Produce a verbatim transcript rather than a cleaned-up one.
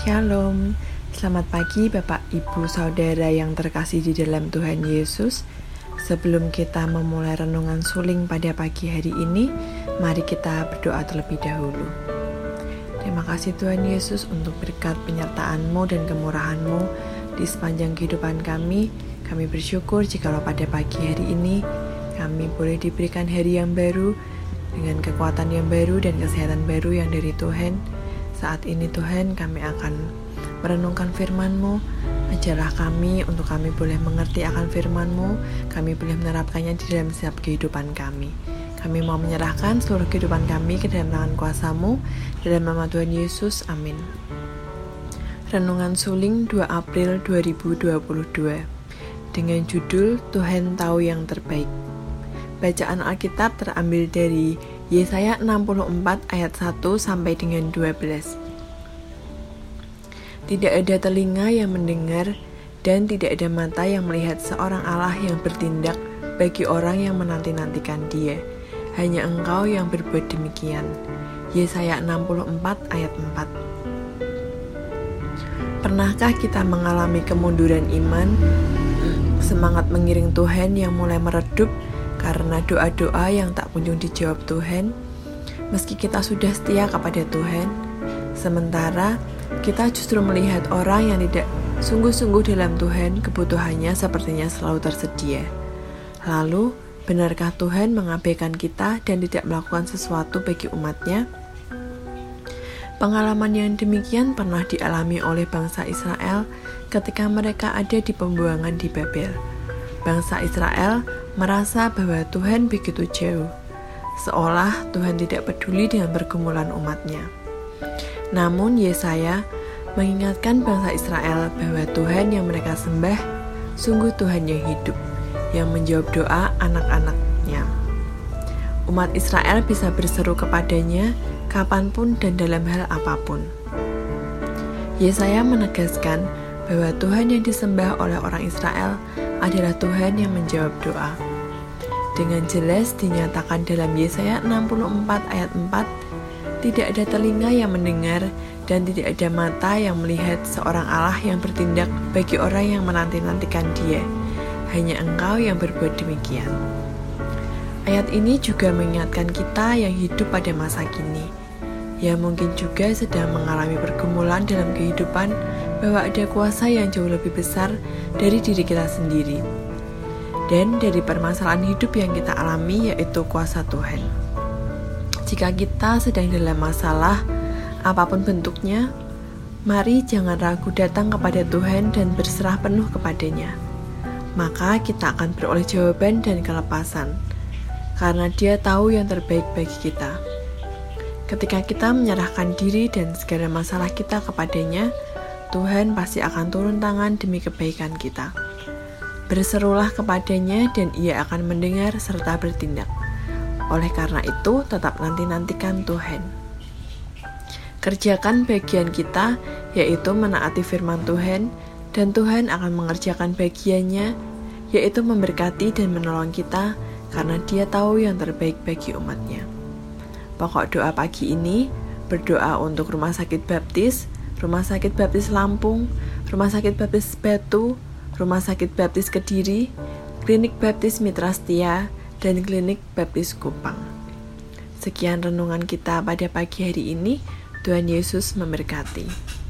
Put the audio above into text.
Shalom, selamat pagi Bapak, Ibu, Saudara yang terkasih di dalam Tuhan Yesus. Sebelum kita memulai renungan suling pada pagi hari ini, mari kita berdoa terlebih dahulu. Terima kasih Tuhan Yesus untuk berkat penyertaan-Mu dan kemurahan-Mu di sepanjang kehidupan kami. Kami bersyukur jikalau pada pagi hari ini kami boleh diberikan hari yang baru dengan kekuatan yang baru dan kesehatan baru yang dari Tuhan. Saat ini Tuhan, kami akan merenungkan firman-Mu. Ajarlah kami untuk kami boleh mengerti akan firman-Mu, kami boleh menerapkannya di dalam setiap kehidupan kami. Kami mau menyerahkan seluruh kehidupan kami ke dalam tangan kuasa-Mu, dalam nama Tuhan Yesus, amin. Renungan suling dua April dua ribu dua puluh dua dengan judul Tuhan Tahu Yang Terbaik. Bacaan Alkitab terambil dari Yesaya enam puluh empat ayat satu sampai dengan dua belas. Tidak ada telinga yang mendengar dan tidak ada mata yang melihat seorang Allah yang bertindak bagi orang yang menanti-nantikan Dia. Hanya Engkau yang berbuat demikian. Yesaya enam puluh empat ayat empat. Pernahkah kita mengalami kemunduran iman, semangat mengiring Tuhan yang mulai meredup karena doa-doa yang tak kunjung dijawab Tuhan, meski kita sudah setia kepada Tuhan, sementara kita justru melihat orang yang tidak sungguh-sungguh dalam Tuhan, kebutuhannya sepertinya selalu tersedia. Lalu, benarkah Tuhan mengabaikan kita dan tidak melakukan sesuatu bagi umat-Nya? Pengalaman yang demikian pernah dialami oleh bangsa Israel ketika mereka ada di pembuangan di Babel. Bangsa Israel merasa bahwa Tuhan begitu jauh, seolah Tuhan tidak peduli dengan pergumulan umat-Nya. Namun Yesaya mengingatkan bangsa Israel bahwa Tuhan yang mereka sembah sungguh Tuhan yang hidup, yang menjawab doa anak-anak-Nya. Umat Israel bisa berseru kepadanya kapanpun dan dalam hal apapun. Yesaya menegaskan bahwa Tuhan yang disembah oleh orang Israel adalah Tuhan yang menjawab doa. Dengan jelas dinyatakan dalam Yesaya enam puluh empat ayat empat, tidak ada telinga yang mendengar dan tidak ada mata yang melihat seorang Allah yang bertindak bagi orang yang menanti-nantikan Dia. Hanya Engkau yang berbuat demikian. Ayat ini juga mengingatkan kita yang hidup pada masa kini, yang mungkin juga sedang mengalami pergumulan dalam kehidupan, bahwa ada kuasa yang jauh lebih besar dari diri kita sendiri dan dari permasalahan hidup yang kita alami, yaitu kuasa Tuhan. Jika kita sedang dalam masalah apapun bentuknya, mari jangan ragu datang kepada Tuhan dan berserah penuh kepadanya. Maka kita akan beroleh jawaban dan kelepasan, karena Dia tahu yang terbaik bagi kita. Ketika kita menyerahkan diri dan segala masalah kita kepadanya, Tuhan pasti akan turun tangan demi kebaikan kita. Berserulah kepadanya dan Ia akan mendengar serta bertindak. Oleh karena itu, tetap nanti-nantikan Tuhan. Kerjakan bagian kita, yaitu menaati firman Tuhan, dan Tuhan akan mengerjakan bagiannya, yaitu memberkati dan menolong kita, karena Dia tahu yang terbaik bagi umat-Nya. Pokok doa pagi ini, berdoa untuk Rumah Sakit Baptis, Rumah Sakit Baptis Lampung, Rumah Sakit Baptis Batu, Rumah Sakit Baptis Kediri, Klinik Baptis Mitra Setia, dan Klinik Baptis Kupang. Sekian renungan kita pada pagi hari ini. Tuhan Yesus memberkati.